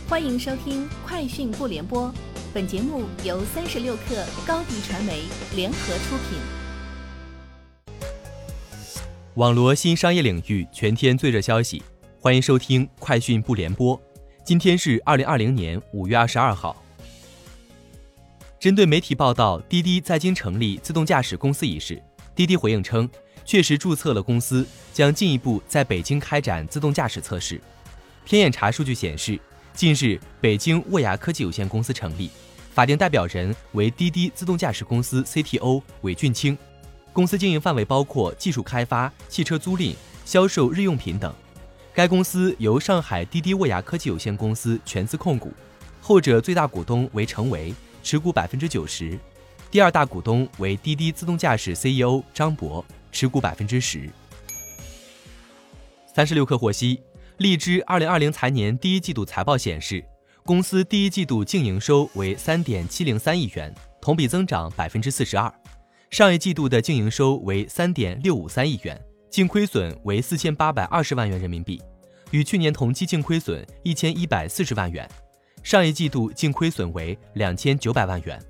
欢迎收听快讯不联播，本节目由36克高迪传媒联合出品。 网罗新商业领域全天最热消息，欢迎收听快讯不联播。今天是2020年5月22号。针对媒体报道滴滴在京成立自动驾驶公司一事，滴滴回应称，确实注册了公司，将进一步在北京开展自动驾驶测试。天眼查数据显示，近日北京沃雅科技有限公司成立，法定代表人为滴滴自动驾驶公司 CTO 韦俊清，公司经营范围包括技术开发、汽车租赁、销售日用品等。该公司由上海滴滴沃雅科技有限公司全资控股，后者最大股东为程维，持股90%，第二大股东为滴滴自动驾驶 CEO 张博，持股10%。36氪获悉，荔枝2020财年第一季度财报显示，公司第一季度净营收为3.703亿元，同比增长42%。上一季度的净营收为3.653亿元，净亏损为4820万元人民币，与去年同期净亏损1140万元。上一季度净亏损为2900万元。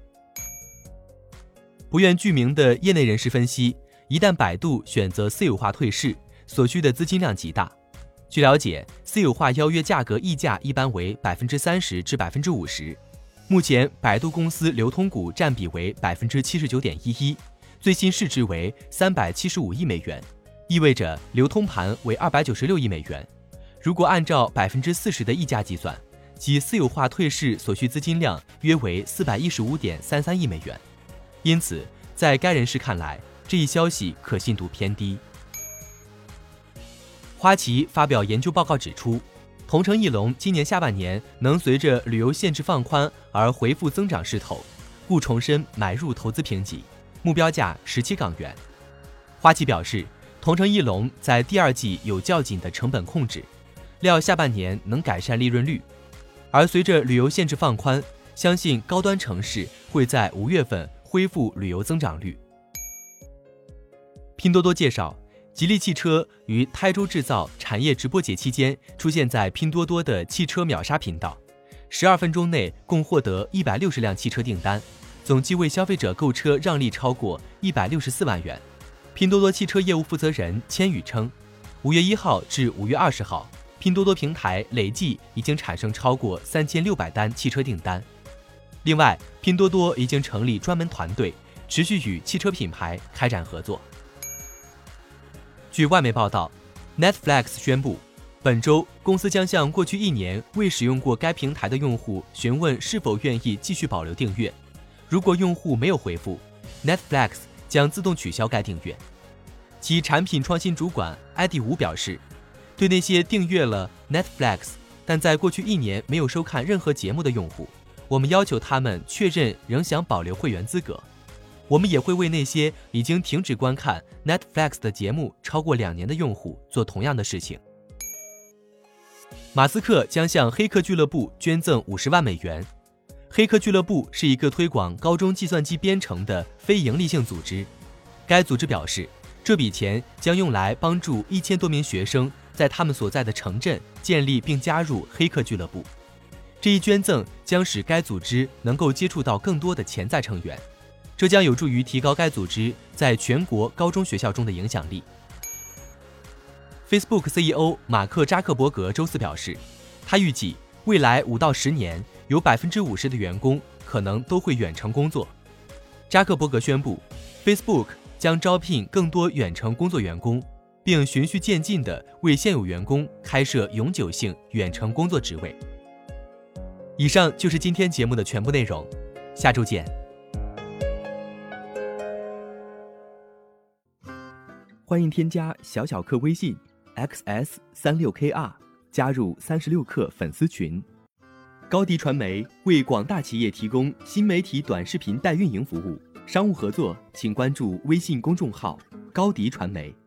不愿具名的业内人士分析，一旦百度选择私有化退市，所需的资金量极大。据了解，私有化邀约价格溢价一般为30%至50%。目前，百度公司流通股占比为79.11%，最新市值为375亿美元，意味着流通盘为296亿美元。如果按照40%的溢价计算，即私有化退市所需资金量约为415.33亿美元。因此，在该人士看来，这一消息可信度偏低。花旗发表研究报告指出，同程艺龙今年下半年能随着旅游限制放宽而恢复增长势头，故重申买入投资评级，目标价17港元。花旗表示，同程艺龙在第二季有较紧的成本控制，料下半年能改善利润率，而随着旅游限制放宽，相信高端城市会在5月份恢复旅游增长率。拼多多介绍，吉利汽车于台州制造产业直播节期间出现在拼多多的汽车秒杀频道，12分钟内共获得160辆汽车订单，总计为消费者购车让利超过164万元。拼多多汽车业务负责人千羽称，5月1号至5月20号，拼多多平台累计已经产生超过3600单汽车订单。另外，拼多多已经成立专门团队，持续与汽车品牌开展合作。据外媒报道， Netflix 宣布，本周公司将向过去1年未使用过该平台的用户询问是否愿意继续保留订阅。如果用户没有回复， Netflix 将自动取消该订阅。其产品创新主管艾迪伍表示，对那些订阅了 Netflix 但在过去1年没有收看任何节目的用户，我们要求他们确认仍想保留会员资格。我们也会为那些已经停止观看 Netflix 的节目超过2年的用户做同样的事情。马斯克将向黑客俱乐部捐赠50万美元。黑客俱乐部是一个推广高中计算机编程的非营利性组织。该组织表示，这笔钱将用来帮助1000多名学生在他们所在的城镇建立并加入黑客俱乐部。这一捐赠将使该组织能够接触到更多的潜在成员，这将有助于提高该组织在全国高中学校中的影响力。Facebook CEO 马克·扎克伯格周四表示，他预计未来5到10年，有50%的员工可能都会远程工作。扎克伯格宣布， Facebook 将招聘更多远程工作员工，并循序渐进地为现有员工开设永久性远程工作职位。以上就是今天节目的全部内容，下周见。 欢迎添加小小客微信 xs36kr 加入36氪粉丝群。高迪传媒为广大企业提供新媒体短视频代运营服务，商务合作请关注微信公众号高迪传媒。